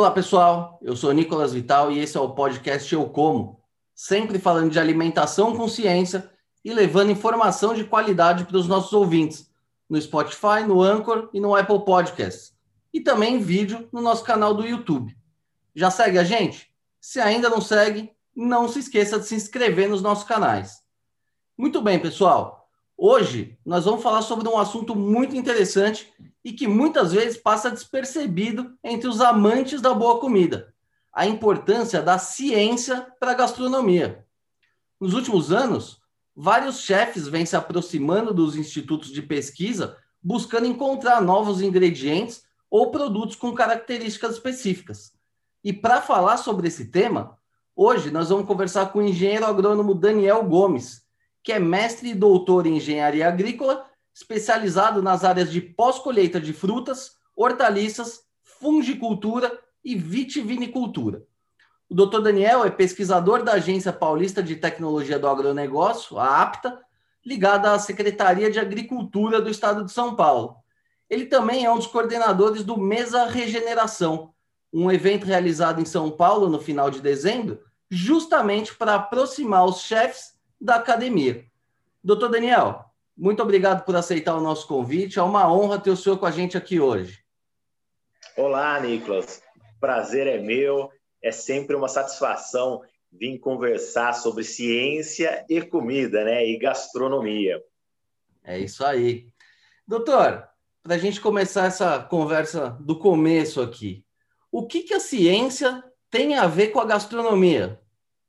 Olá, pessoal. Eu sou Nicolas Vital e esse é o podcast Eu Como, sempre falando de alimentação com ciência e levando informação de qualidade para os nossos ouvintes, no Spotify, no Anchor e no Apple Podcasts, e também em vídeo no nosso canal do YouTube. Já segue a gente? Se ainda não segue, não se esqueça de se inscrever nos nossos canais. Muito bem, pessoal. Hoje nós vamos falar sobre um assunto muito interessante e que muitas vezes passa despercebido entre os amantes da boa comida: a importância da ciência para a gastronomia. Nos últimos anos, vários chefes vêm se aproximando dos institutos de pesquisa buscando encontrar novos ingredientes ou produtos com características específicas. E para falar sobre esse tema, hoje nós vamos conversar com o engenheiro agrônomo Daniel Gomes, que é mestre e doutor em engenharia agrícola, especializado nas áreas de pós-colheita de frutas, hortaliças, fungicultura e vitivinicultura. O Dr. Daniel é pesquisador da Agência Paulista de Tecnologia do Agronegócio, a APTA, ligada à Secretaria de Agricultura do Estado de São Paulo. Ele também é um dos coordenadores do Mesa Regeneração, um evento realizado em São Paulo no final de dezembro, justamente para aproximar os chefes da academia. Doutor Daniel, muito obrigado por aceitar o nosso convite. É uma honra ter o senhor com a gente aqui hoje. Olá, Nicolas. Prazer é meu. É sempre uma satisfação vir conversar sobre ciência e comida, né? E gastronomia. É isso aí. Doutor, para a gente começar essa conversa do começo aqui, o que a ciência tem a ver com a gastronomia?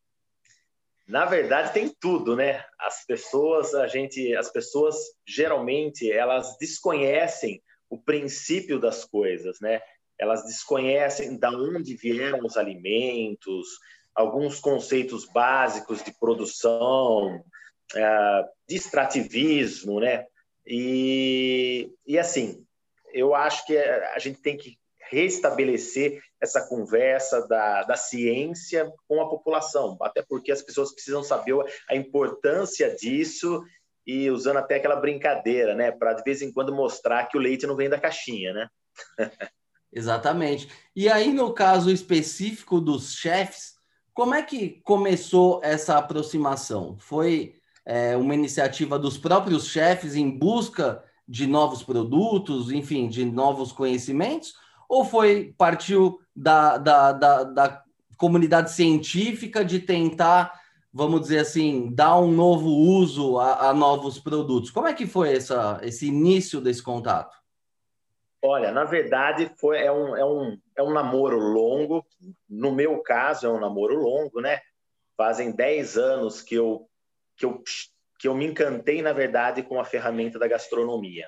Na verdade, tem tudo, né? As pessoas geralmente elas desconhecem o princípio das coisas, né? Elas desconhecem de onde vieram os alimentos, alguns conceitos básicos de produção, de extrativismo, né? E assim, eu acho que a gente tem que restabelecer essa conversa da ciência com a população, até porque as pessoas precisam saber a importância disso e usando até aquela brincadeira, né, para de vez em quando mostrar que o leite não vem da caixinha, né? Exatamente. E aí, no caso específico dos chefs, como é que começou essa aproximação? Foi uma iniciativa dos próprios chefes em busca de novos produtos, enfim, de novos conhecimentos? Ou partiu da comunidade científica de tentar, vamos dizer assim, dar um novo uso a novos produtos? Como é que foi esse início desse contato? Olha, na verdade, é um namoro longo. No meu caso, é um namoro longo, né? Fazem 10 anos que eu me encantei, na verdade, com a ferramenta da gastronomia.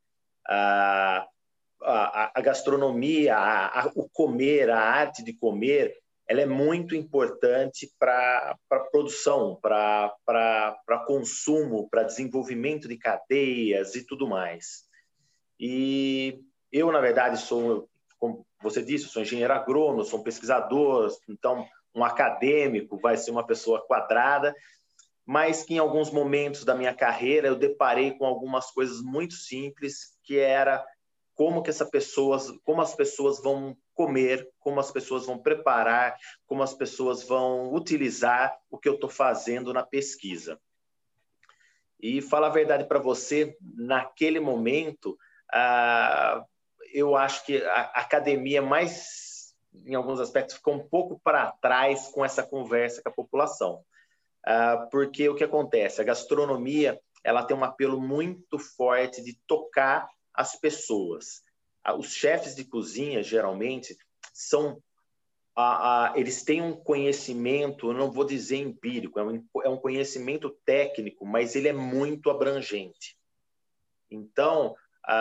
A gastronomia, o comer, a arte de comer, ela é muito importante para produção, para consumo, para desenvolvimento de cadeias e tudo mais. E eu, na verdade, como você disse, sou engenheiro agrônomo, sou um pesquisador, então um acadêmico vai ser uma pessoa quadrada, mas que em alguns momentos da minha carreira eu deparei com algumas coisas muito simples, que era como as pessoas vão comer, como as pessoas vão preparar, como as pessoas vão utilizar o que eu estou fazendo na pesquisa. E falar a verdade para você, naquele momento, eu acho que a academia em alguns aspectos, ficou um pouco para trás com essa conversa com a população. Porque o que acontece? A gastronomia ela tem um apelo muito forte de tocar as pessoas. Os chefes de cozinha, geralmente, eles têm um conhecimento, eu não vou dizer empírico, é um conhecimento técnico, mas ele é muito abrangente. Então,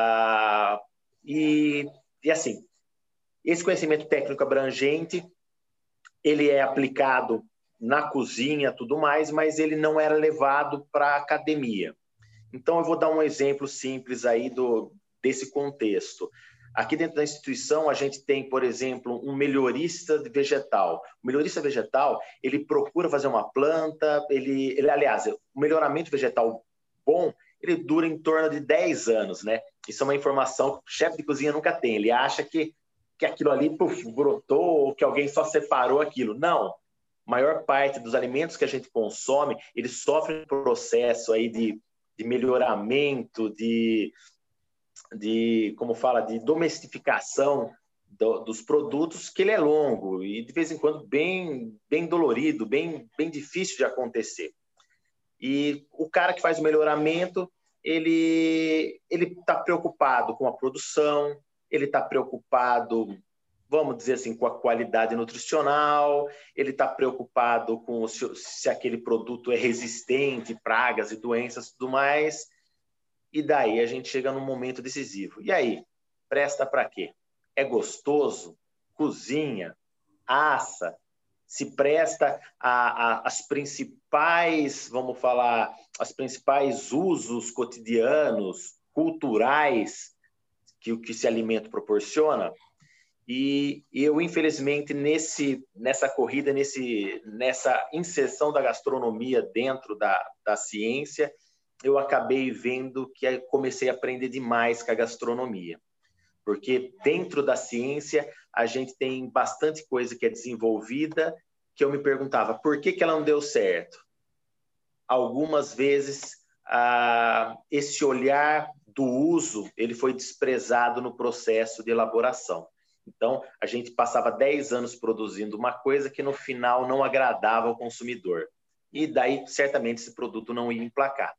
e assim, esse conhecimento técnico abrangente, ele é aplicado na cozinha, tudo mais, mas ele não era levado para a academia. Então, eu vou dar um exemplo simples aí desse contexto. Aqui dentro da instituição, a gente tem, por exemplo, um melhorista vegetal. O melhorista vegetal, ele procura fazer uma planta, aliás, o melhoramento vegetal bom, ele dura em torno de 10 anos, né? Isso é uma informação que o chefe de cozinha nunca tem. Ele acha que que aquilo ali brotou ou que alguém só separou aquilo. Não. A maior parte dos alimentos que a gente consome, eles sofrem um processo aí de melhoramento, como fala, de domesticação dos produtos, que ele é longo e, de vez em quando, bem dolorido, bem difícil de acontecer. E o cara que faz o melhoramento, ele está preocupado com a produção, ele está preocupado, vamos dizer assim, com a qualidade nutricional, ele está preocupado com se aquele produto é resistente, pragas e doenças e tudo mais. E daí a gente chega num momento decisivo. E aí? Presta para quê? É gostoso? Cozinha? Assa? Se presta às principais, vamos falar, as principais usos cotidianos, culturais que esse alimento proporciona? E eu, infelizmente, nessa corrida, nessa inserção da gastronomia dentro da ciência, eu acabei vendo que comecei a aprender demais com a gastronomia. Porque dentro da ciência, a gente tem bastante coisa que é desenvolvida, que eu me perguntava, por que ela não deu certo? Algumas vezes, esse olhar do uso, ele foi desprezado no processo de elaboração. Então, a gente passava 10 anos produzindo uma coisa que no final não agradava ao consumidor. E daí, certamente, esse produto não ia emplacar.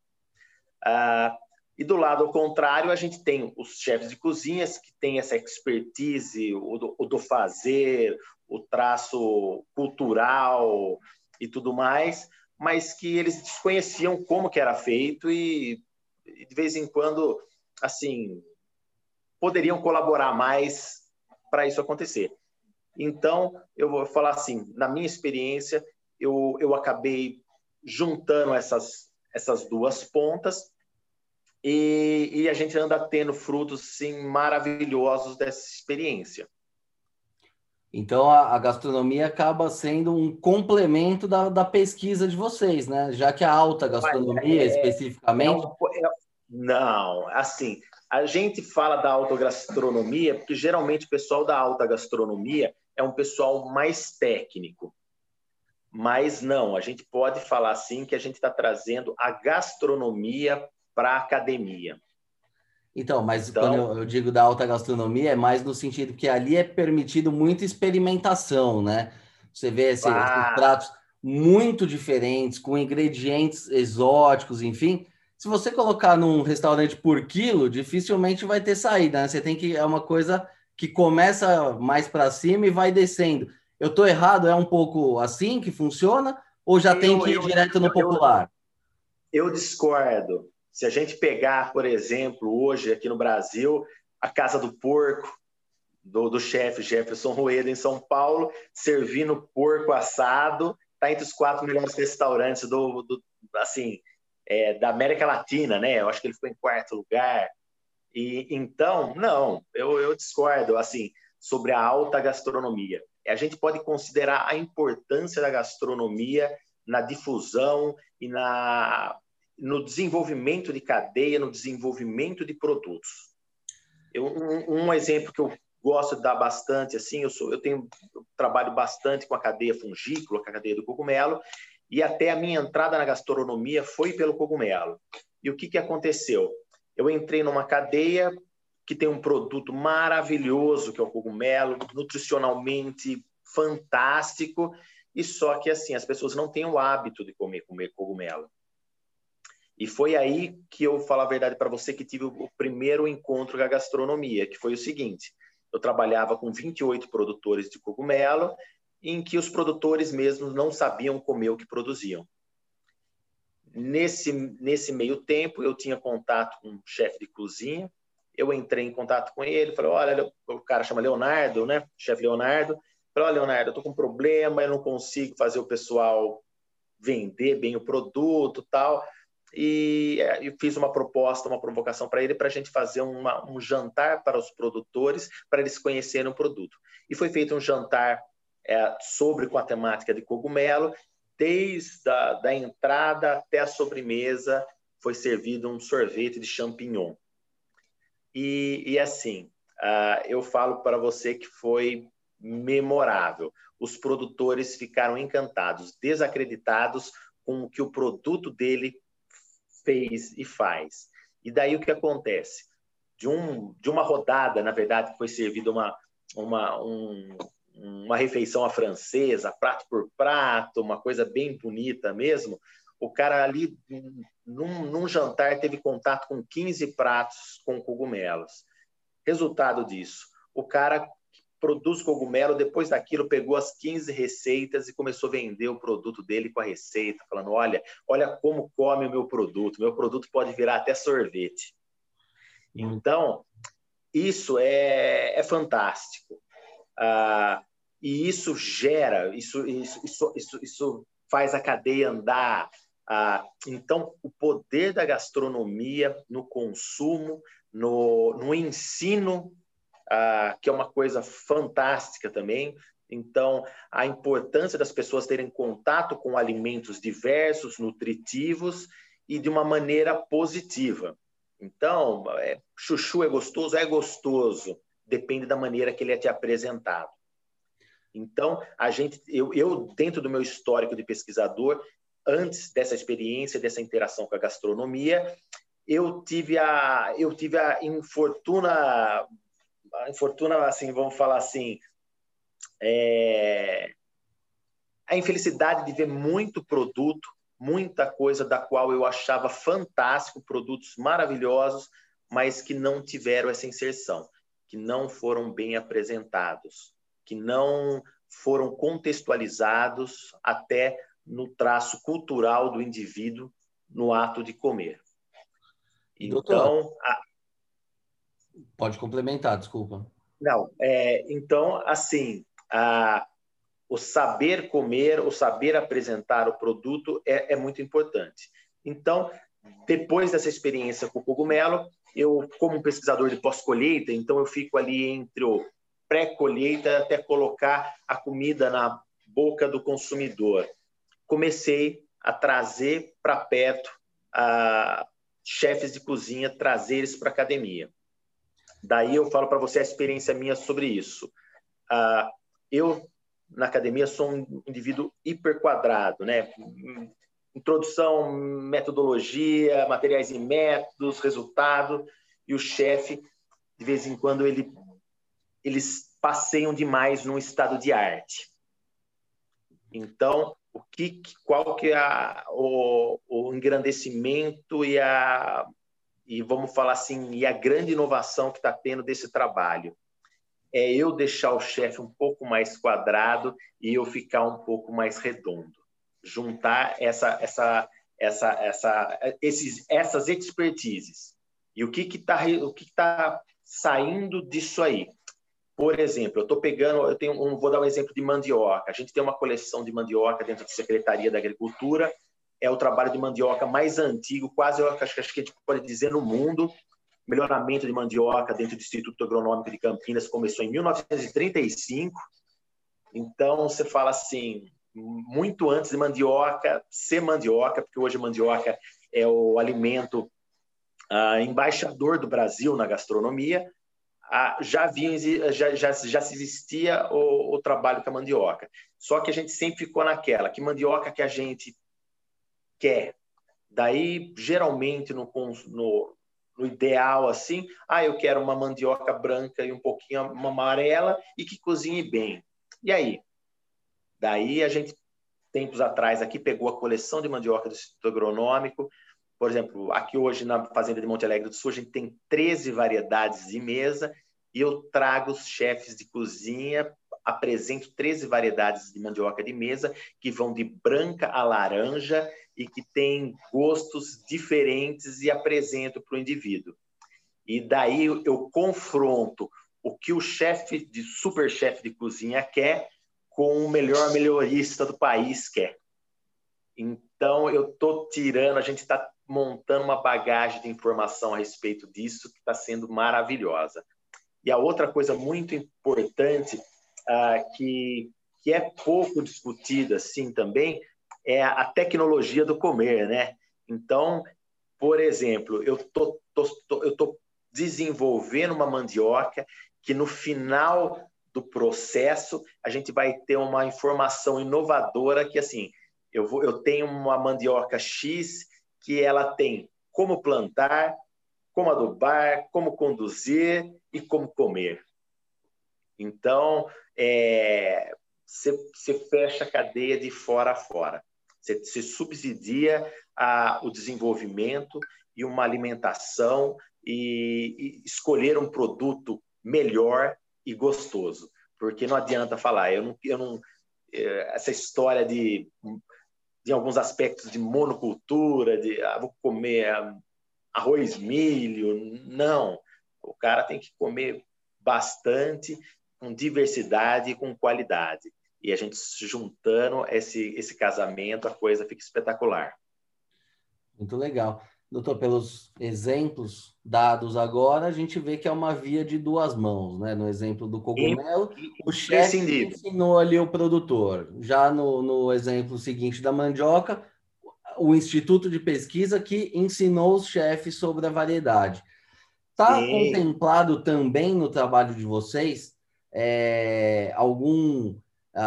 E do lado ao contrário, a gente tem os chefes de cozinhas que têm essa expertise, o do fazer, o traço cultural e tudo mais, mas que eles desconheciam como que era feito e de vez em quando, assim, poderiam colaborar mais para isso acontecer. Então, eu vou falar assim, na minha experiência, eu acabei juntando essas duas pontas e a gente anda tendo frutos, sim, maravilhosos dessa experiência. Então, a gastronomia acaba sendo um complemento da pesquisa de vocês, né? Já que a alta gastronomia, especificamente... Não, assim, a gente fala da alta gastronomia porque, geralmente, o pessoal da alta gastronomia é um pessoal mais técnico. Mas não, a gente pode falar, sim, que a gente está trazendo a gastronomia para a academia. Então, mas quando eu digo da alta gastronomia, é mais no sentido que ali é permitido muita experimentação, né? Você vê esses pratos muito diferentes, com ingredientes exóticos, enfim. Se você colocar num restaurante por quilo, dificilmente vai ter saída, né? Você tem que... É uma coisa que começa mais para cima e vai descendo. Eu estou errado? É um pouco assim que funciona? Ou já tem que ir direto no popular? Eu discordo. Se a gente pegar, por exemplo, hoje aqui no Brasil, a Casa do Porco, do chefe Jefferson Rueda, em São Paulo, servindo porco assado, está entre os 4 melhores restaurantes da América Latina, né? Eu acho que ele ficou em 4º lugar. E então, não, eu discordo assim sobre a alta gastronomia. A gente pode considerar a importância da gastronomia na difusão e no desenvolvimento de cadeia, no desenvolvimento de produtos. Um exemplo que eu gosto de dar bastante, assim, eu trabalho bastante com a cadeia fungícola, com a cadeia do cogumelo, e até a minha entrada na gastronomia foi pelo cogumelo. E o que aconteceu? Eu entrei numa cadeia que tem um produto maravilhoso, que é o cogumelo, nutricionalmente fantástico, e só que, assim, as pessoas não têm o hábito de comer cogumelo. E foi aí que eu falo a verdade para você, que tive o primeiro encontro com a gastronomia, que foi o seguinte: eu trabalhava com 28 produtores de cogumelo, em que os produtores mesmos não sabiam comer o que produziam. Nesse meio tempo, eu tinha contato com um chefe de cozinha, eu entrei em contato com ele, falei, olha, o cara chama Leonardo, né? Chefe Leonardo. Falei, olha, Leonardo, eu estou com um problema, eu não consigo fazer o pessoal vender bem o produto e tal. E eu fiz uma proposta, uma provocação para ele, para a gente fazer um jantar para os produtores, para eles conhecerem o produto. E foi feito um jantar com a temática de cogumelo, desde a entrada até a sobremesa, foi servido um sorvete de champignon. E assim, eu falo para você que foi memorável. Os produtores ficaram encantados, desacreditados com o que o produto dele fez e faz. E daí o que acontece? De uma rodada, na verdade, que foi servida uma refeição à francesa, prato por prato, uma coisa bem bonita mesmo, o cara ali, num jantar, teve contato com 15 pratos com cogumelos. Resultado disso, o cara produz cogumelo, depois daquilo pegou as 15 receitas e começou a vender o produto dele com a receita, falando, olha como come o meu produto pode virar até sorvete. Então, isso é fantástico. E isso gera, isso faz a cadeia andar. Então, o poder da gastronomia no consumo, no ensino, que é uma coisa fantástica também. Então, a importância das pessoas terem contato com alimentos diversos, nutritivos e de uma maneira positiva. Então, chuchu é gostoso, depende da maneira que ele é te apresentado. Então, eu dentro do meu histórico de pesquisador, antes dessa experiência, dessa interação com a gastronomia, eu tive a infortuna, assim, vamos falar assim, a infelicidade de ver muito produto, muita coisa da qual eu achava fantástico, produtos maravilhosos, mas que não tiveram essa inserção, que não foram bem apresentados, que não foram contextualizados até no traço cultural do indivíduo no ato de comer. Doutor, pode complementar, desculpa. Não, então, assim, o saber comer, o saber apresentar o produto é muito importante. Então, depois dessa experiência com o cogumelo, eu, como pesquisador de pós-colheita, então eu fico ali entre o pré-colheita até colocar a comida na boca do consumidor. Comecei a trazer para perto chefes de cozinha, trazer eles para a academia. Daí eu falo para você a experiência minha sobre isso. Eu, na academia, sou um indivíduo hiperquadrado, né? Introdução, metodologia, materiais e métodos, resultado, e o chefe, de vez em quando, eles passeiam demais num estado de arte. Então, qual que é o engrandecimento e vamos falar assim, e a grande inovação que está tendo desse trabalho? É eu deixar o chefe um pouco mais quadrado e eu ficar um pouco mais redondo. Juntar essas expertises. E o que tá saindo disso aí? Por exemplo, vou dar um exemplo de mandioca. A gente tem uma coleção de mandioca dentro da Secretaria da Agricultura. É o trabalho de mandioca mais antigo, quase, eu acho que a gente pode dizer, no mundo. Melhoramento de mandioca dentro do Instituto Agronômico de Campinas começou em 1935. Então, você fala assim, muito antes de mandioca ser mandioca, porque hoje a mandioca é o alimento embaixador do Brasil na gastronomia, já se existia o trabalho com a mandioca. Só que a gente sempre ficou naquela, que mandioca que a gente quer. Daí, geralmente, no ideal, assim, eu quero uma mandioca branca e um pouquinho amarela e que cozinhe bem. E aí? Daí a gente, tempos atrás, aqui pegou a coleção de mandioca do Instituto Agronômico. Por exemplo, aqui hoje na Fazenda de Monte Alegre do Sul, a gente tem 13 variedades de mesa e eu trago os chefes de cozinha, apresento 13 variedades de mandioca de mesa que vão de branca a laranja e que tem gostos diferentes e apresento para o indivíduo. E daí eu confronto o que o super chefe de cozinha quer com o melhor melhorista do país quer. Então, a gente está montando uma bagagem de informação a respeito disso que está sendo maravilhosa. E a outra coisa muito importante, que é pouco discutida assim também, é a tecnologia do comer, né? Então, por exemplo, eu tô desenvolvendo uma mandioca que no final do processo a gente vai ter uma informação inovadora que, assim, eu tenho uma mandioca X que ela tem como plantar, como adubar, como conduzir e como comer. Então, você fecha a cadeia de fora a fora. Você subsidia o desenvolvimento e uma alimentação e escolher um produto melhor e gostoso. Porque não adianta falar, essa história de alguns aspectos de monocultura, vou comer arroz, milho, não. O cara tem que comer bastante, com diversidade e com qualidade. E a gente juntando esse casamento, a coisa fica espetacular. Muito legal. Doutor, pelos exemplos dados agora, a gente vê que é uma via de duas mãos, né? No exemplo do cogumelo, o chefe ensinou ali o produtor. Já no exemplo seguinte da mandioca, o Instituto de Pesquisa que ensinou os chefes sobre a variedade. Está contemplado também no trabalho de vocês algum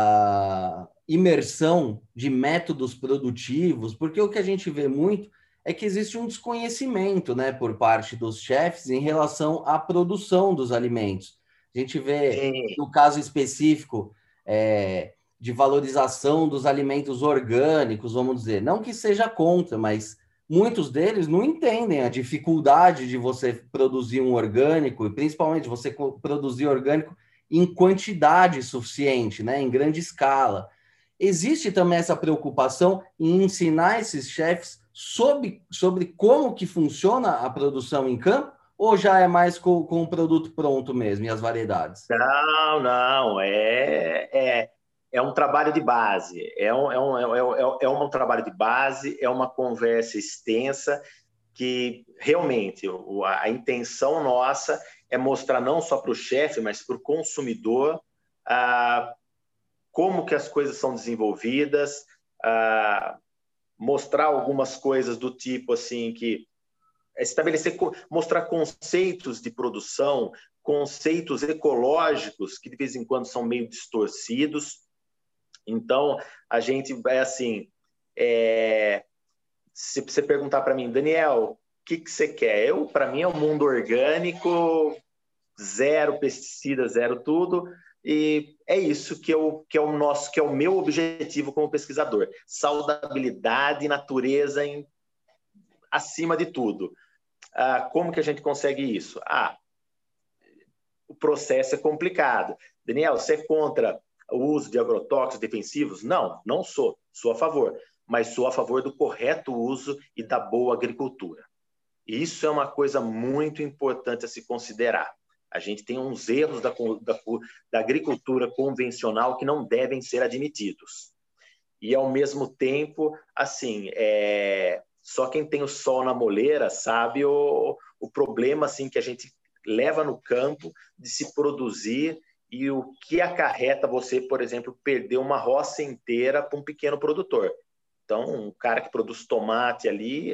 imersão de métodos produtivos? Porque o que a gente vê muito é que existe um desconhecimento, né, por parte dos chefes em relação à produção dos alimentos. A gente vê, no caso específico, de valorização dos alimentos orgânicos, vamos dizer, não que seja contra, mas muitos deles não entendem a dificuldade de você produzir um orgânico, e principalmente você produzir orgânico em quantidade suficiente, né, em grande escala. Existe também essa preocupação em ensinar esses chefes sobre como que funciona a produção em campo, ou já é mais com o produto pronto mesmo e as variedades? Não. É um trabalho de base. É um trabalho de base, é uma conversa extensa que realmente a intenção nossa é mostrar não só para o chefe, mas para o consumidor como que as coisas são desenvolvidas, mostrar algumas coisas do tipo assim que mostrar conceitos de produção, conceitos ecológicos que de vez em quando são meio distorcidos. Então a gente vai assim, se você perguntar para mim, Daniel, o que você quer? Para mim é um mundo orgânico, zero pesticida, zero tudo. E é isso que é o meu objetivo como pesquisador: saudabilidade e natureza acima de tudo. Como que a gente consegue isso? O processo é complicado. Daniel, você é contra o uso de agrotóxicos defensivos? Não, não sou. Sou a favor. Mas sou a favor do correto uso e da boa agricultura. E isso é uma coisa muito importante a se considerar. A gente tem uns erros da agricultura convencional que não devem ser admitidos. E, ao mesmo tempo, assim, só quem tem o sol na moleira sabe o problema assim, que a gente leva no campo de se produzir e o que acarreta você, por exemplo, perder uma roça inteira para um pequeno produtor. Então, um cara que produz tomate ali,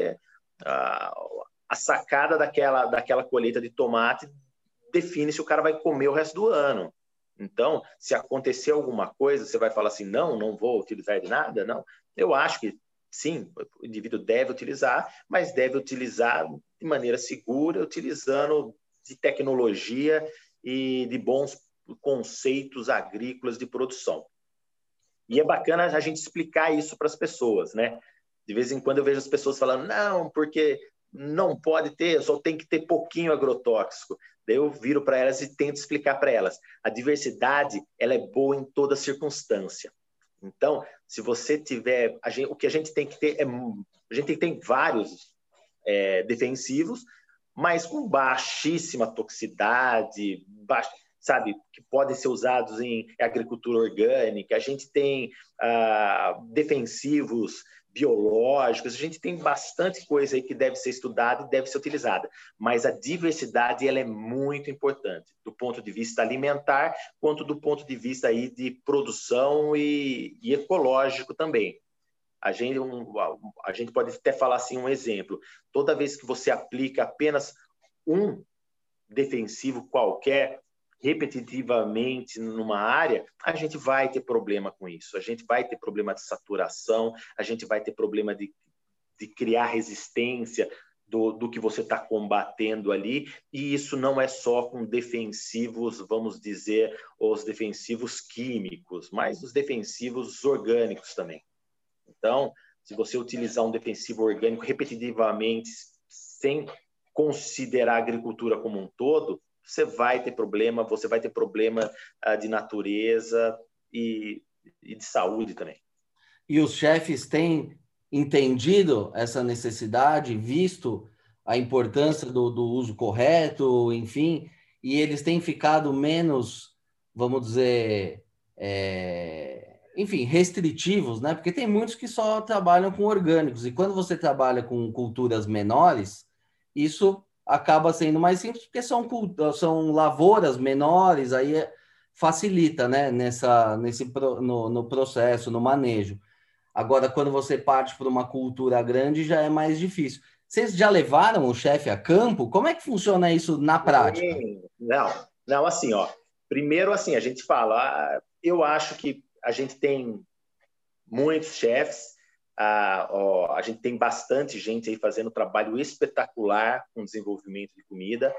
a sacada daquela colheita de tomate define se o cara vai comer o resto do ano. Então, se acontecer alguma coisa, você vai falar assim, não vou utilizar de nada? Não. Eu acho que, sim, o indivíduo deve utilizar, mas deve utilizar de maneira segura, utilizando de tecnologia e de bons conceitos agrícolas de produção. E é bacana a gente explicar isso para as pessoas, né? De vez em quando eu vejo as pessoas falando, não, porque não pode ter, só tem que ter pouquinho agrotóxico. Daí eu viro para elas e tento explicar para elas. A diversidade, ela é boa em toda circunstância. Então, se você tiver... o que a gente tem que ter a gente tem vários defensivos, mas com baixíssima toxicidade, sabe, que podem ser usados em agricultura orgânica. A gente tem defensivos biológicos, a gente tem bastante coisa aí que deve ser estudada e deve ser utilizada, mas a diversidade ela é muito importante, do ponto de vista alimentar, quanto do ponto de vista aí de produção e ecológico também. A gente pode até falar assim um exemplo: toda vez que você aplica apenas um defensivo qualquer, repetitivamente numa área, a gente vai ter problema com isso. A gente vai ter problema de saturação, a gente vai ter problema de criar resistência do que você está combatendo ali, e isso não é só com defensivos, vamos dizer, os defensivos químicos, mas os defensivos orgânicos também. Então, se você utilizar um defensivo orgânico repetitivamente, sem considerar a agricultura como um todo, você vai ter problema de natureza e de saúde também. E os chefes têm entendido essa necessidade, visto a importância do uso correto, enfim, e eles têm ficado menos, vamos dizer, enfim, restritivos, né? Porque tem muitos que só trabalham com orgânicos, e quando você trabalha com culturas menores, isso acaba sendo mais simples, porque são lavouras menores, aí facilita, né? No processo, no manejo. Agora, quando você parte para uma cultura grande, já é mais difícil. Vocês já levaram o chefe a campo? Como é que funciona isso na prática? Não, assim, ó. Primeiro, assim, a gente fala, eu acho que a gente tem muitos chefes, a gente tem bastante gente aí fazendo trabalho espetacular com desenvolvimento de comida.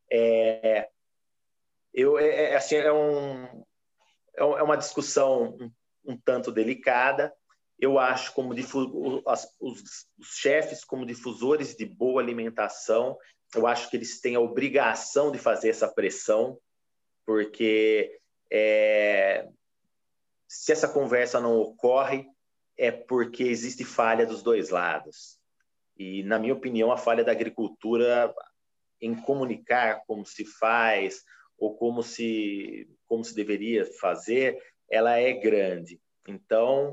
Assim, é uma discussão um tanto delicada. Eu acho como os chefes como difusores de boa alimentação, eu acho que eles têm a obrigação de fazer essa pressão, porque se essa conversa não ocorre, é porque existe falha dos dois lados. E, na minha opinião, a falha da agricultura em comunicar como se faz ou como se deveria fazer, ela é grande. Então,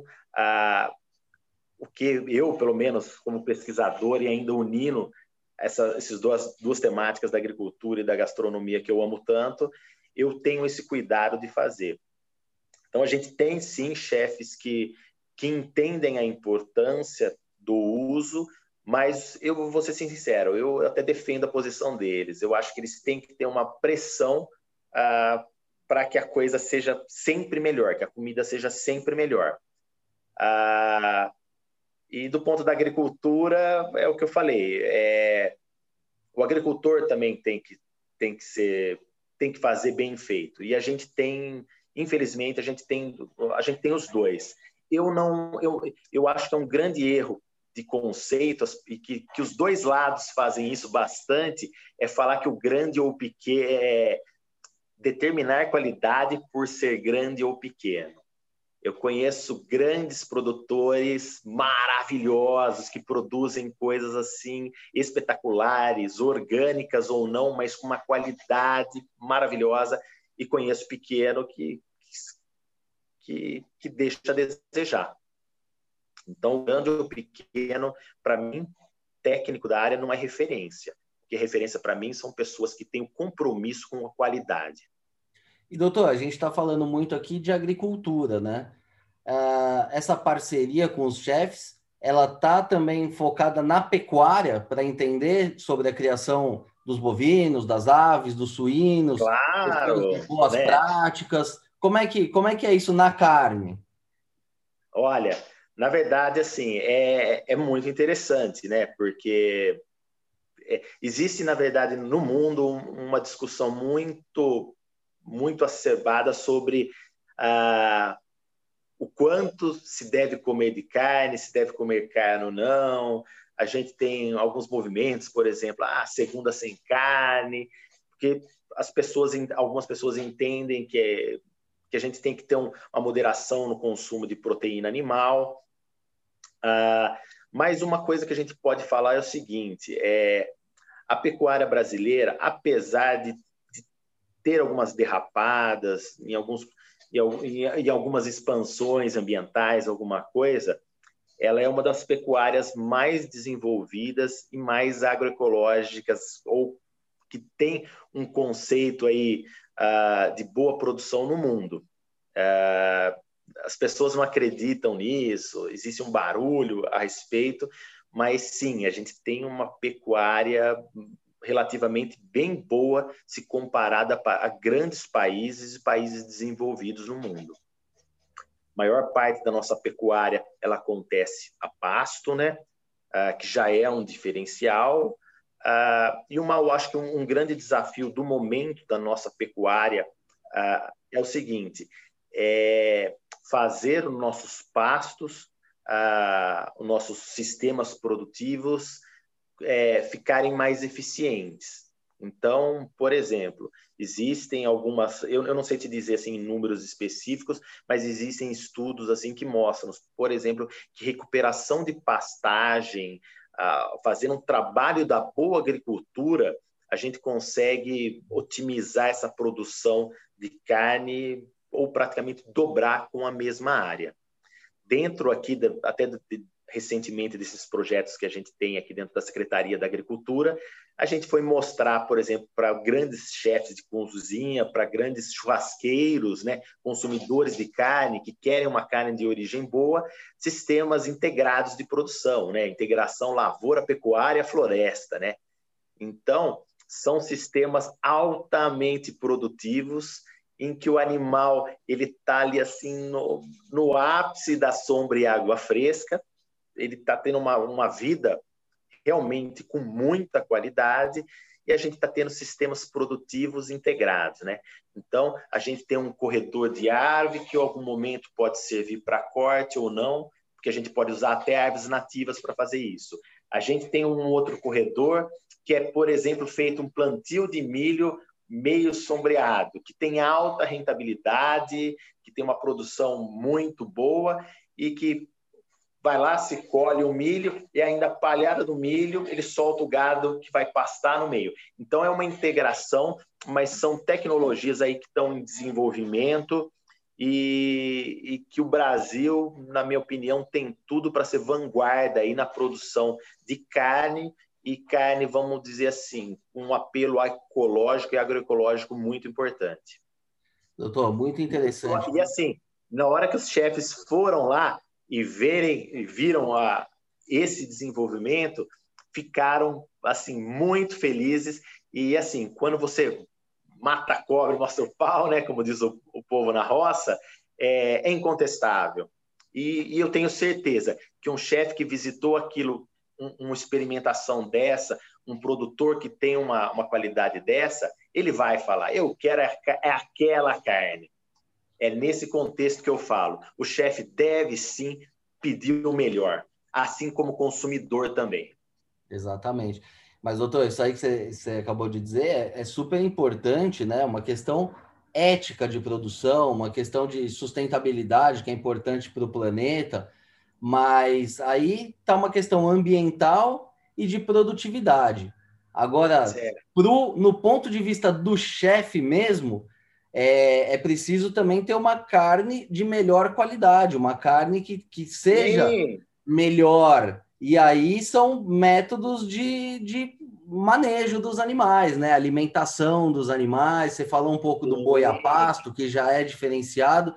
o que eu, pelo menos, como pesquisador e ainda unindo essas duas temáticas da agricultura e da gastronomia que eu amo tanto, eu tenho esse cuidado de fazer. Então, a gente tem, sim, chefes que entendem a importância do uso, mas eu vou ser sincero, eu até defendo a posição deles. Eu acho que eles têm que ter uma pressão para que a coisa seja sempre melhor, que a comida seja sempre melhor. E do ponto da agricultura, é o que eu falei, o agricultor também tem que fazer bem feito. E a gente tem, infelizmente, a gente tem os dois. Eu acho que é um grande erro de conceitos, e que os dois lados fazem isso bastante, é falar que o grande ou o pequeno é determinar qualidade por ser grande ou pequeno. Eu conheço grandes produtores maravilhosos que produzem coisas assim espetaculares, orgânicas ou não, mas com uma qualidade maravilhosa, e conheço pequeno que deixa a desejar. Então, o grande ou pequeno, para mim, técnico da área não é referência. Porque referência, para mim, são pessoas que têm um compromisso com a qualidade. E, doutor, a gente está falando muito aqui de agricultura, né? Essa parceria com os chefs, ela está também focada na pecuária para entender sobre a criação dos bovinos, das aves, dos suínos, claro, boas práticas. Como é que é isso na carne? Olha, na verdade, assim, é muito interessante, né? Porque existe, na verdade, no mundo uma discussão muito, muito acerbada sobre o quanto se deve comer de carne, se deve comer carne ou não. A gente tem alguns movimentos, por exemplo, segunda sem carne, porque algumas pessoas entendem que a gente tem que ter uma moderação no consumo de proteína animal. Mas uma coisa que a gente pode falar é o seguinte, a pecuária brasileira, apesar de ter algumas derrapadas, em algumas expansões ambientais, alguma coisa, ela é uma das pecuárias mais desenvolvidas e mais agroecológicas, ou que tem um conceito aí de boa produção no mundo. As pessoas não acreditam nisso, existe um barulho a respeito, mas sim, a gente tem uma pecuária relativamente bem boa se comparada a grandes países e países desenvolvidos no mundo. A maior parte da nossa pecuária ela acontece a pasto, né? Que já é um diferencial. E eu acho que um grande desafio do momento da nossa pecuária é o seguinte, fazer os nossos pastos, os nossos sistemas produtivos ficarem mais eficientes. Então, por exemplo, existem algumas, eu não sei te dizer assim, em números específicos, mas existem estudos assim que mostram, por exemplo, que recuperação de pastagem, fazendo um trabalho da boa agricultura, a gente consegue otimizar essa produção de carne ou praticamente dobrar com a mesma área. Dentro aqui, recentemente, desses projetos que a gente tem aqui dentro da Secretaria da Agricultura, a gente foi mostrar, por exemplo, para grandes chefes de cozinha, para grandes churrasqueiros, né, consumidores de carne que querem uma carne de origem boa, sistemas integrados de produção, né, integração lavoura, pecuária, floresta, né. Então, são sistemas altamente produtivos em que o animal ele está ali assim no ápice da sombra e água fresca, ele está tendo uma vida realmente com muita qualidade e a gente está tendo sistemas produtivos integrados, né? Então, a gente tem um corredor de árvore que em algum momento pode servir para corte ou não, porque a gente pode usar até árvores nativas para fazer isso. A gente tem um outro corredor que é, por exemplo, feito um plantio de milho meio sombreado, que tem alta rentabilidade, que tem uma produção muito boa e que vai lá, se colhe o milho e ainda a palhada do milho, ele solta o gado que vai pastar no meio. Então, é uma integração, mas são tecnologias aí que estão em desenvolvimento e que o Brasil, na minha opinião, tem tudo para ser vanguarda aí na produção de carne e carne, vamos dizer assim, um apelo ecológico e agroecológico muito importante. Doutor, muito interessante. E assim, na hora que os chefes foram lá e viram esse desenvolvimento, ficaram assim muito felizes. E assim, quando você mata a cobra e mostra o pau, né, como diz o povo na roça, é incontestável. E eu tenho certeza que um chefe que visitou aquilo, uma experimentação dessa, um produtor que tem uma qualidade dessa, ele vai falar, eu quero aquela carne. É nesse contexto que eu falo. O chefe deve, sim, pedir o melhor, assim como o consumidor também. Exatamente. Mas, doutor, isso aí que você acabou de dizer é super importante, né? Uma questão ética de produção, uma questão de sustentabilidade que é importante para o planeta, mas aí está uma questão ambiental e de produtividade. Agora, no ponto de vista do chefe mesmo, é preciso também ter uma carne de melhor qualidade, uma carne que seja melhor. E aí são métodos de manejo dos animais, né? Alimentação dos animais. Você falou um pouco do boi a pasto, que já é diferenciado.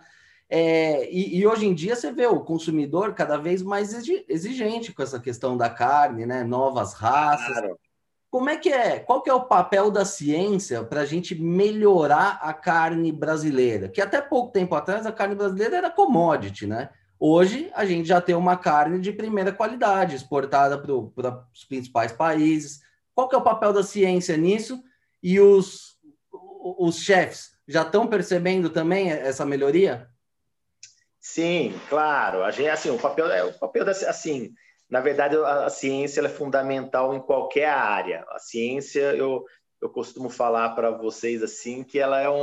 E hoje em dia você vê o consumidor cada vez mais exigente com essa questão da carne, né? Novas raças. Claro. Como é que é? Qual que é o papel da ciência para a gente melhorar a carne brasileira? Que até pouco tempo atrás a carne brasileira era commodity, né? Hoje a gente já tem uma carne de primeira qualidade exportada para os principais países. Qual que é o papel da ciência nisso? E os chefes já estão percebendo também essa melhoria? Sim, claro. A gente, assim, o papel da, assim, na verdade, a ciência ela é fundamental em qualquer área. A ciência, eu costumo falar para vocês assim que ela é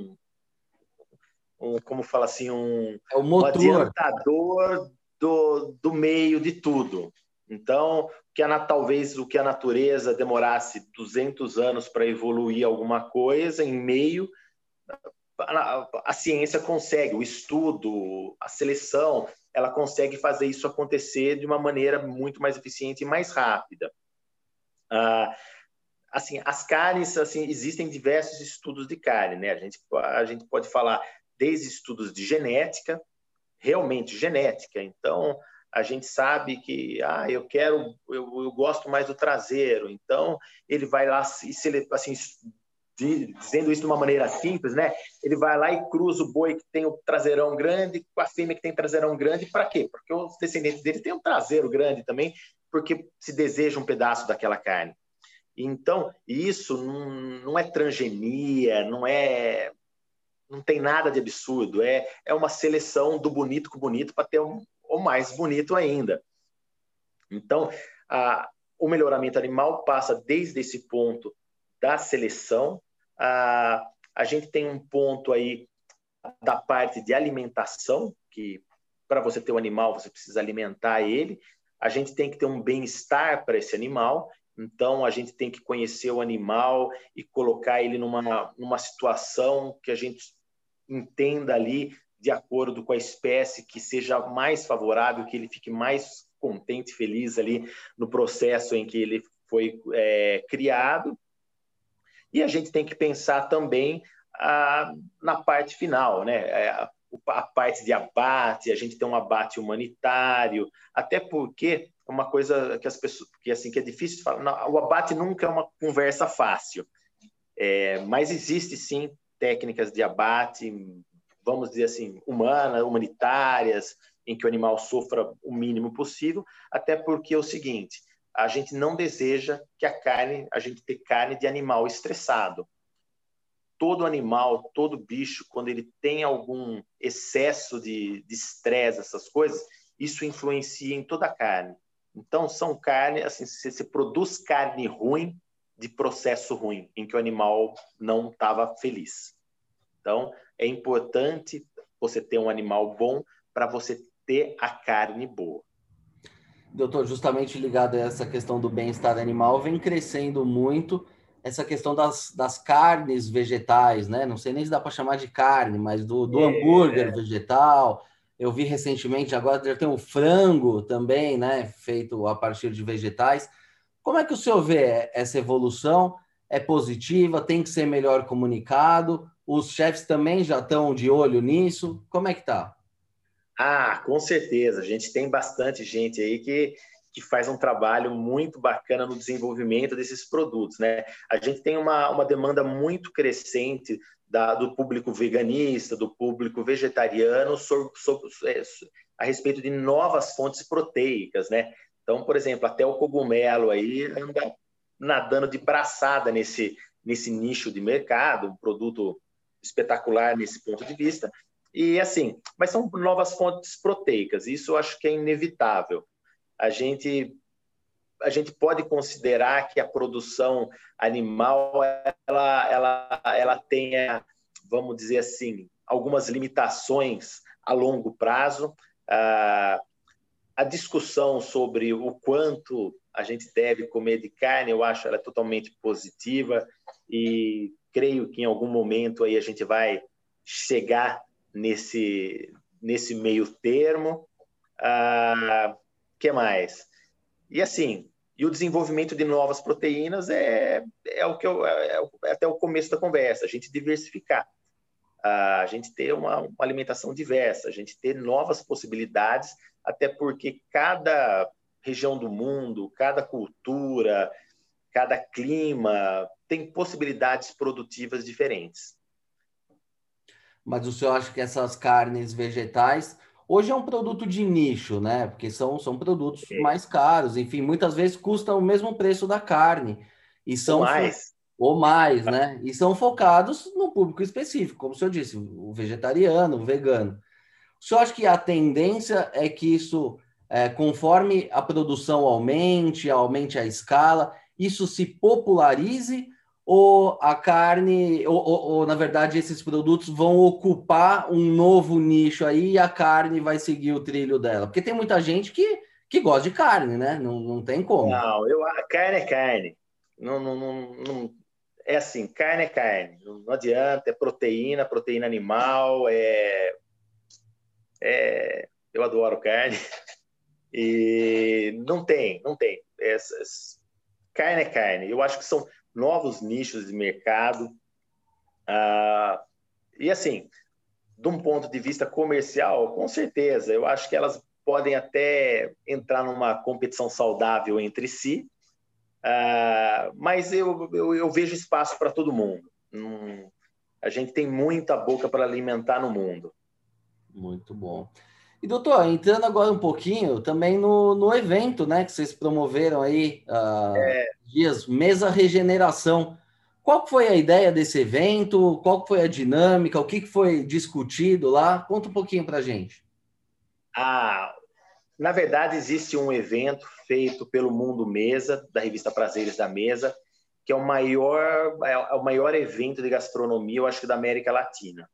como fala assim, um adiantador do meio de tudo. Então, talvez o que a natureza demorasse 200 anos para evoluir alguma coisa em meio, a ciência consegue, o estudo, a seleção, ela consegue fazer isso acontecer de uma maneira muito mais eficiente e mais rápida. Assim, as carnes, assim, existem diversos estudos de carne, né? A gente pode falar desde estudos de genética, realmente genética. Então, a gente sabe que eu gosto mais do traseiro, então ele vai lá, se ele, assim, dizendo isso de uma maneira simples, né? Ele vai lá e cruza o boi que tem o traseirão grande com a fêmea que tem traseirão grande. Para quê? Porque os descendentes dele têm um traseiro grande também, porque se deseja um pedaço daquela carne. Então, isso não é transgenia, não tem nada de absurdo, é uma seleção do bonito com o bonito para ter o mais bonito ainda. Então, o melhoramento animal passa desde esse ponto da seleção. A gente tem um ponto aí da parte de alimentação, que para você ter um animal, você precisa alimentar ele. A gente tem que ter um bem-estar para esse animal, então a gente tem que conhecer o animal e colocar ele numa situação que a gente entenda ali, de acordo com a espécie, que seja mais favorável, que ele fique mais contente, feliz ali no processo em que ele foi criado. E a gente tem que pensar também na parte final, né? A parte de abate, a gente tem um abate humanitário, até porque é uma coisa que as pessoas, que assim, que é difícil de falar, não, o abate nunca é uma conversa fácil, mas existe sim técnicas de abate, vamos dizer assim, humanitárias, em que o animal sofra o mínimo possível, até porque é o seguinte, a gente não deseja que a gente tenha carne de animal estressado. Todo animal, todo bicho, quando ele tem algum excesso de estresse, essas coisas, isso influencia em toda a carne. Então, são carne, assim, você produz carne ruim de processo ruim, em que o animal não estava feliz. Então, é importante você ter um animal bom para você ter a carne boa. Doutor, justamente ligado a essa questão do bem-estar animal, vem crescendo muito essa questão das carnes vegetais, né? Não sei nem se dá para chamar de carne, mas do hambúrguer vegetal. Eu vi recentemente, agora já tem o frango também, né? Feito a partir de vegetais. Como é que o senhor vê essa evolução? É positiva? Tem que ser melhor comunicado? Os chefes também já estão de olho nisso? Como é que tá? Com certeza. A gente tem bastante gente aí que faz um trabalho muito bacana no desenvolvimento desses produtos, né? A gente tem uma demanda muito crescente do público veganista, do público vegetariano a respeito de novas fontes proteicas, né? Então, por exemplo, até o cogumelo aí anda nadando de braçada nesse nicho de mercado, um produto espetacular nesse ponto de vista. E assim, mas são novas fontes proteicas, isso eu acho que é inevitável. A gente pode considerar que a produção animal ela tenha, vamos dizer assim, algumas limitações a longo prazo. A discussão sobre o quanto a gente deve comer de carne, eu acho ela totalmente positiva e creio que em algum momento aí a gente vai chegar nesse meio termo. Que mais? E assim, o desenvolvimento de novas proteínas é até o começo da conversa, a gente diversificar, a gente ter uma alimentação diversa, a gente ter novas possibilidades, até porque cada região do mundo, cada cultura, cada clima tem possibilidades produtivas diferentes. Mas o senhor acha que essas carnes vegetais hoje é um produto de nicho, né? Porque são produtos mais caros, enfim, muitas vezes custam o mesmo preço da carne e Ou são mais. ou mais, né? E são focados no público específico, como o senhor disse, o vegetariano, o vegano. O senhor acha que a tendência é que isso, conforme a produção aumente a escala, isso se popularize? Ou a carne, ou, na verdade, esses produtos vão ocupar um novo nicho aí e a carne vai seguir o trilho dela? Porque tem muita gente que gosta de carne, né? Não tem como. Não, carne é carne. Não, é assim, carne é carne. Não adianta, é proteína animal, eu adoro carne. E não tem. Carne é carne. Eu acho que são novos nichos de mercado. E assim, de um ponto de vista comercial, com certeza, eu acho que elas podem até entrar numa competição saudável entre si, mas eu vejo espaço para todo mundo. A gente tem muita boca para alimentar no mundo. Muito bom. E, doutor, entrando agora um pouquinho também no evento, né, que vocês promoveram aí, dias Mesa Regeneração. Qual que foi a ideia desse evento? Qual que foi a dinâmica? O que foi discutido lá? Conta um pouquinho para a gente. Na verdade, existe um evento feito pelo Mundo Mesa, da revista Prazeres da Mesa, que é o maior evento de gastronomia, eu acho que da América Latina.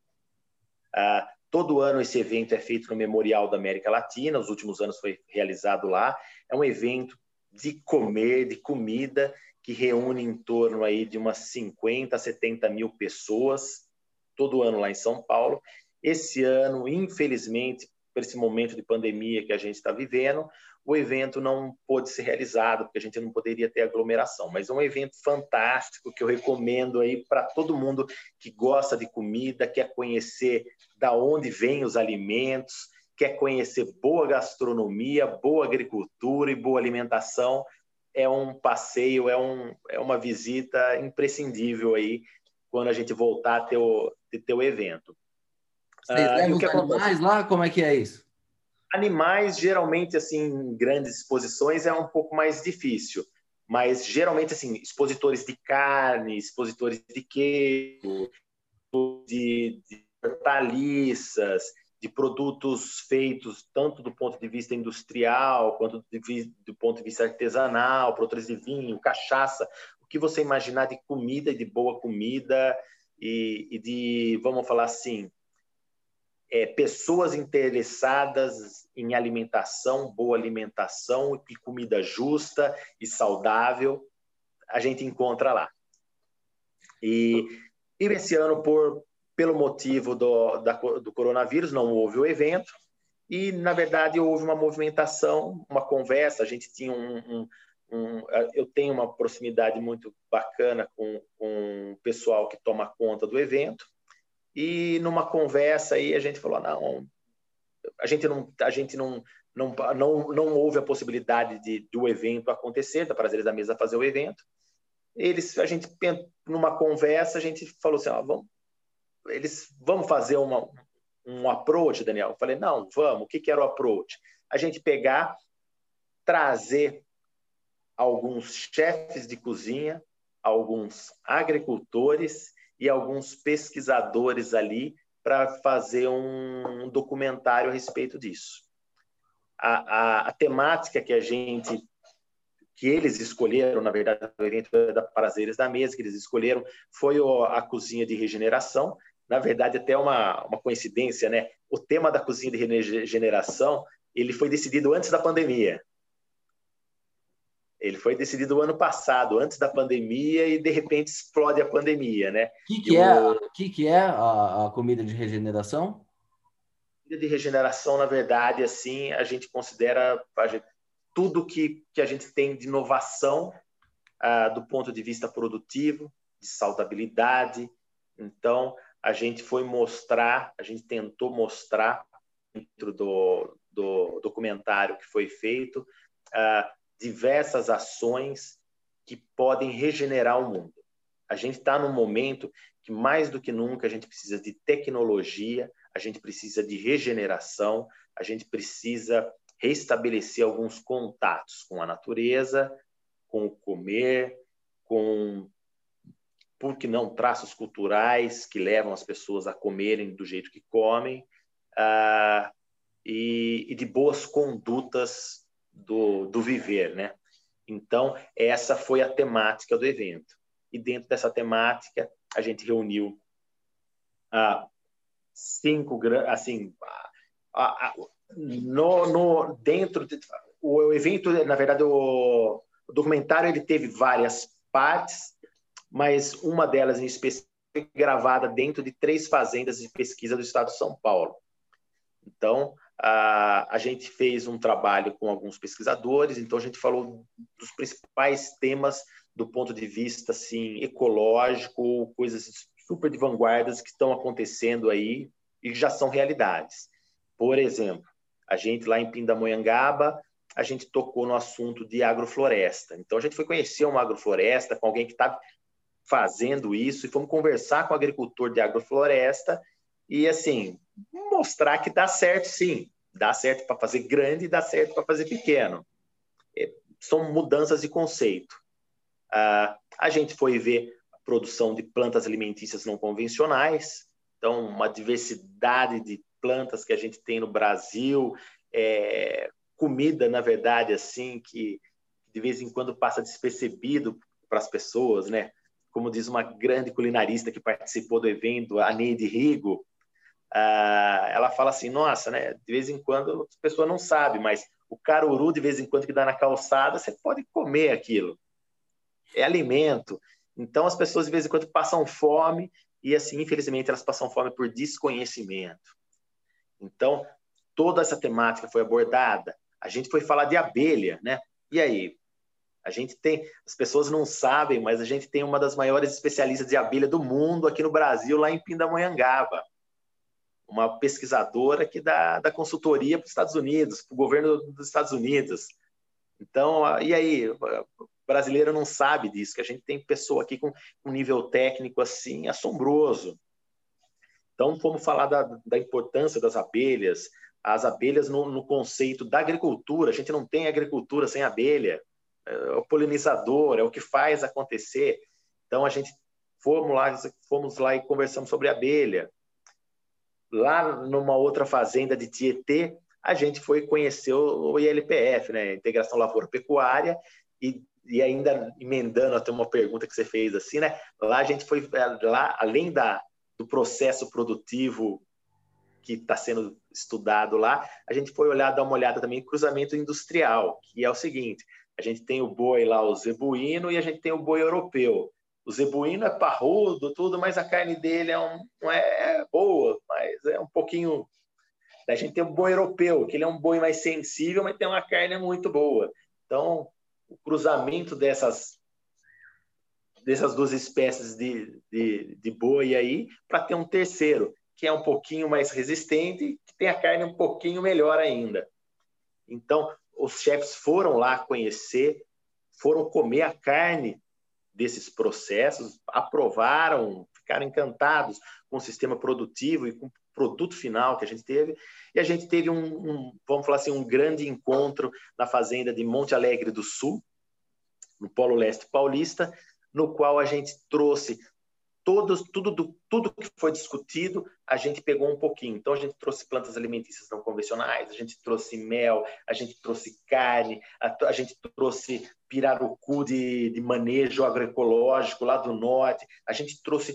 Todo ano esse evento é feito no Memorial da América Latina, os últimos anos foi realizado lá. É um evento de comer, de comida, que reúne em torno aí de umas 50 a 70 mil pessoas, todo ano lá em São Paulo. Esse ano, infelizmente, por esse momento de pandemia que a gente está vivendo, o evento não pôde ser realizado, porque a gente não poderia ter aglomeração. Mas é um evento fantástico que eu recomendo aí para todo mundo que gosta de comida, quer conhecer da onde vêm os alimentos, quer conhecer boa gastronomia, boa agricultura e boa alimentação. É um passeio, é uma visita imprescindível aí quando a gente voltar a ter o evento. Vocês levam o que os animais lá? Como é que é isso? Animais, geralmente, assim, em grandes exposições é um pouco mais difícil, mas geralmente, assim, expositores de carne, expositores de queijo, de hortaliças, de produtos feitos tanto do ponto de vista industrial quanto do ponto de vista artesanal, produtores de vinho, cachaça, o que você imaginar de comida e de boa comida e de, vamos falar assim, pessoas interessadas em alimentação, boa alimentação e comida justa e saudável, a gente encontra lá. E esse ano, pelo motivo do coronavírus, não houve o evento e, na verdade, houve uma movimentação, uma conversa. A gente tinha eu tenho uma proximidade muito bacana com o pessoal que toma conta do evento. E numa conversa aí a gente falou, não, a gente não houve a possibilidade do evento acontecer, da Prazeres da Mesa fazer o evento. Numa conversa, a gente falou assim, vamos fazer um approach, Daniel? Eu falei, não, vamos. O que era o approach? A gente pegar, trazer alguns chefes de cozinha, alguns agricultores e alguns pesquisadores ali para fazer um documentário a respeito disso. A temática que eles escolheram, na verdade, o evento da Prazeres da Mesa, que eles escolheram, foi a cozinha de regeneração. Na verdade, até uma coincidência, né? O tema da cozinha de regeneração, ele foi decidido antes da pandemia. Ele foi decidido o ano passado, antes da pandemia, e de repente explode a pandemia, né? O que é a comida de regeneração? Comida de regeneração, na verdade, assim, a gente considera tudo que a gente tem de inovação do ponto de vista produtivo, de saudabilidade. Então, a gente tentou mostrar dentro do documentário que foi feito diversas ações que podem regenerar o mundo. A gente está num momento que, mais do que nunca, a gente precisa de tecnologia, a gente precisa de regeneração, a gente precisa restabelecer alguns contatos com a natureza, com o comer, por que não, traços culturais que levam as pessoas a comerem do jeito que comem, e de boas condutas do viver, né? Então, essa foi a temática do evento. E dentro dessa temática, a gente reuniu o evento, na verdade, o documentário ele teve várias partes, mas uma delas em específico foi gravada dentro de 3 fazendas de pesquisa do estado de São Paulo. Então, a gente fez um trabalho com alguns pesquisadores, então a gente falou dos principais temas do ponto de vista assim, ecológico, coisas super de vanguardas que estão acontecendo aí e já são realidades. Por exemplo, A gente, lá em Pindamonhangaba, a gente tocou no assunto de agrofloresta. Então, a gente foi conhecer uma agrofloresta com alguém que estava fazendo isso e fomos conversar com o agricultor de agrofloresta e, assim, mostrar que dá certo, sim. Dá certo para fazer grande e dá certo para fazer pequeno. São mudanças de conceito. A gente foi ver a produção de plantas alimentícias não convencionais, então uma diversidade de plantas que a gente tem no Brasil, comida, na verdade, assim, que de vez em quando passa despercebido para as pessoas, né? Como diz uma grande culinarista que participou do evento, a Neide Rigo, ela fala assim, nossa, né? De vez em quando a pessoa não sabe, mas o caruru, de vez em quando que dá na calçada, você pode comer aquilo. É alimento. Então, as pessoas, de vez em quando, passam fome e, assim, infelizmente, elas passam fome por desconhecimento. Então, toda essa temática foi abordada. A gente foi falar de abelha, né? E aí? A gente tem... As pessoas não sabem, mas a gente tem uma das maiores especialistas de abelha do mundo aqui no Brasil, lá em Pindamonhangaba. Uma pesquisadora que dá consultoria para os Estados Unidos, para o governo dos Estados Unidos. Então, e aí? O brasileiro não sabe disso, que a gente tem pessoa aqui com um nível técnico assim assombroso. Então, vamos falar da importância das abelhas, as abelhas no conceito da agricultura. A gente não tem agricultura sem abelha. É o polinizador, é o que faz acontecer. Então, a gente fomos lá e conversamos sobre abelha. Lá numa outra fazenda de Tietê, a gente foi conhecer o ILPF, né? Integração Lavoura Pecuária, e ainda emendando até uma pergunta que você fez assim, né? Lá a gente foi, lá, além do processo produtivo que está sendo estudado lá, a gente foi dar uma olhada também em cruzamento industrial, que é o seguinte, a gente tem o boi lá, o zebuíno, e a gente tem o boi europeu. O zebuíno é parrudo, tudo, mas a carne dele não é boa, mas é um pouquinho... A gente tem o boi europeu, que ele é um boi mais sensível, mas tem uma carne muito boa. Então, o cruzamento dessas duas espécies de boi aí, para ter um terceiro, que é um pouquinho mais resistente, que tem a carne um pouquinho melhor ainda. Então, os chefs foram lá conhecer, foram comer a carne desses processos, aprovaram, ficaram encantados com o sistema produtivo e com o produto final que a gente teve. E a gente teve vamos falar assim, um grande encontro na fazenda de Monte Alegre do Sul, no Polo Leste Paulista, no qual a gente trouxe tudo que foi discutido, a gente pegou um pouquinho. Então, a gente trouxe plantas alimentícias não convencionais, a gente trouxe mel, a gente trouxe carne, a gente trouxe pirarucu de manejo agroecológico lá do norte, a gente trouxe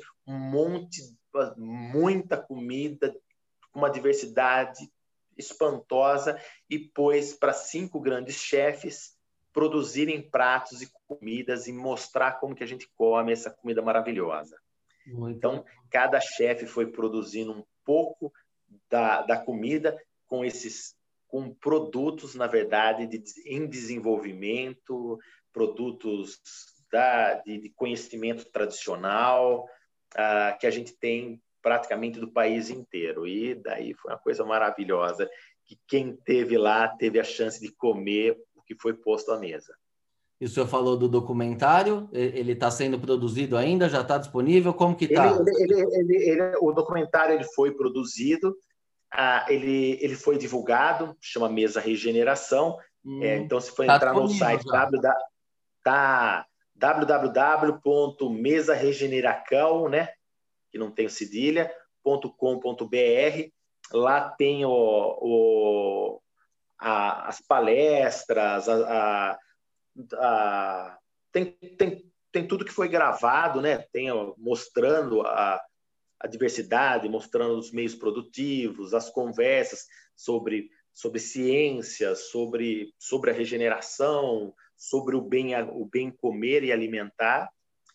muita comida, com uma diversidade espantosa, e pôs para 5 grandes chefes produzirem pratos e comidas e mostrar como que a gente come essa comida maravilhosa. Então, cada chefe foi produzindo um pouco da comida com produtos, na verdade, em desenvolvimento, produtos de conhecimento tradicional, que a gente tem praticamente do país inteiro. E daí foi uma coisa maravilhosa, que quem esteve lá teve a chance de comer o que foi posto à mesa. E o senhor falou do documentário, ele está sendo produzido ainda? Já está disponível? Como que está? O documentário ele foi produzido, ele foi divulgado, chama Mesa Regeneração. Então, se for entrar no site www.mesaregeneracão, né, que não tem cedilha.com.br, lá tem as palestras, tem tudo que foi gravado, né? Tem mostrando a diversidade, mostrando os meios produtivos, as conversas sobre ciência, sobre a regeneração, sobre o bem comer e alimentar.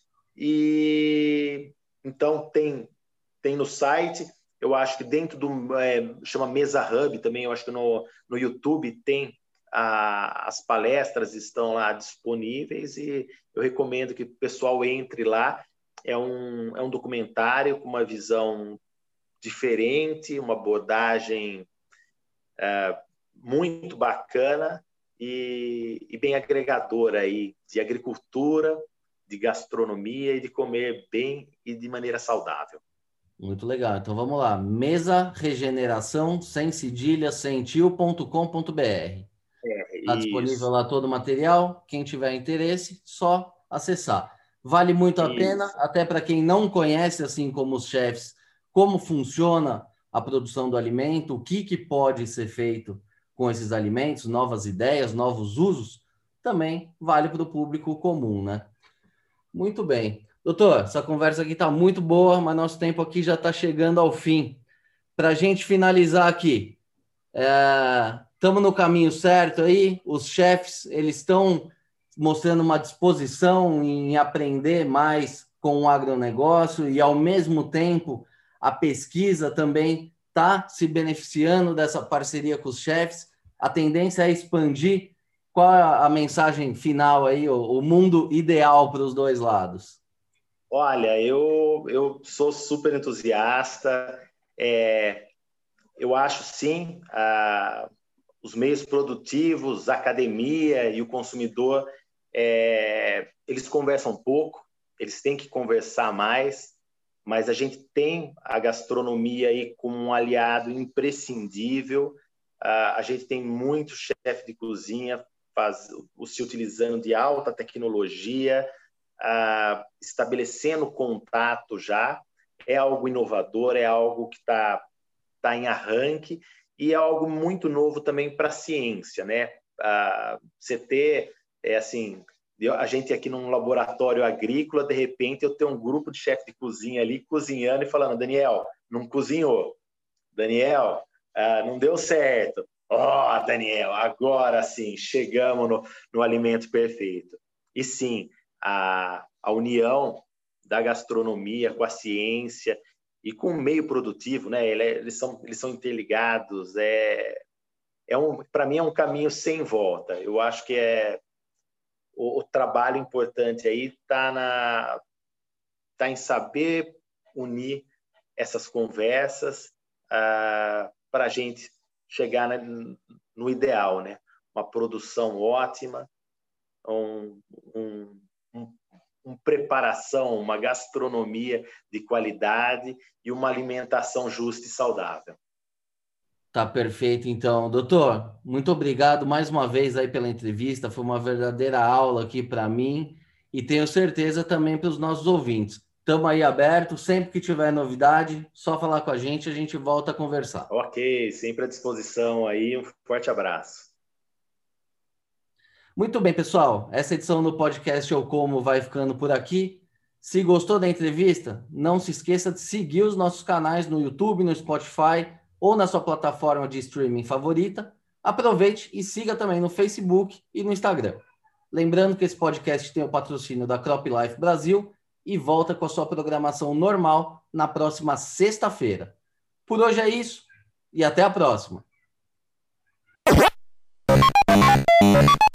E então tem no site. Eu acho que dentro chama Mesa Hub também, eu acho que no YouTube tem as palestras, estão lá disponíveis, e eu recomendo que o pessoal entre lá. É um documentário com uma visão diferente, uma abordagem muito bacana e bem agregadora aí de agricultura, de gastronomia e de comer bem e de maneira saudável. Muito legal. Então vamos lá. Mesa Regeneração, sem cedilha, sem tio.com.br. Está disponível Isso, lá todo o material. Quem tiver interesse, só acessar. Vale muito a pena, isso. até para quem não conhece, assim como os chefs, como funciona a produção do alimento, o que pode ser feito com esses alimentos, novas ideias, novos usos, também vale para o público comum, né? Muito bem. Doutor, essa conversa aqui está muito boa, mas nosso tempo aqui já está chegando ao fim. Para a gente finalizar aqui, estamos no caminho certo aí? Os chefs, eles estão mostrando uma disposição em aprender mais com o agronegócio e, ao mesmo tempo, a pesquisa também está se beneficiando dessa parceria com os chefs. A tendência é expandir. Qual é a mensagem final aí, o mundo ideal para os dois lados? Olha, eu sou super entusiasta. Eu acho, sim, os meios produtivos, a academia e o consumidor, eles conversam pouco, eles têm que conversar mais, mas a gente tem a gastronomia aí como um aliado imprescindível. A gente tem muito chefe de cozinha se utilizando de alta tecnologia, estabelecendo contato já. É algo inovador, é algo que está em arranque e é algo muito novo também para a ciência, né? Você ter, assim, a gente aqui num laboratório agrícola, de repente eu tenho um grupo de chefe de cozinha ali cozinhando e falando: Daniel, não cozinhou. Daniel, não deu certo. Daniel, agora sim, chegamos no alimento perfeito. E sim, a união da gastronomia com a ciência e com o meio produtivo, né? Eles são interligados. Para mim é um caminho sem volta. Eu acho que o trabalho importante aí está em saber unir essas conversas para a gente chegar no ideal, né? Uma produção ótima, uma preparação, uma gastronomia de qualidade e uma alimentação justa e saudável. Tá perfeito, então. Doutor, muito obrigado mais uma vez aí pela entrevista. Foi uma verdadeira aula aqui para mim e tenho certeza também para os nossos ouvintes. Estamos aí abertos, sempre que tiver novidade, só falar com a gente volta a conversar. Ok, sempre à disposição aí. Um forte abraço. Muito bem, pessoal. Essa edição do podcast Eu Como vai ficando por aqui. Se gostou da entrevista, não se esqueça de seguir os nossos canais no YouTube, no Spotify ou na sua plataforma de streaming favorita. Aproveite e siga também no Facebook e no Instagram. Lembrando que esse podcast tem o patrocínio da Crop Life Brasil e volta com a sua programação normal na próxima sexta-feira. Por hoje é isso e até a próxima.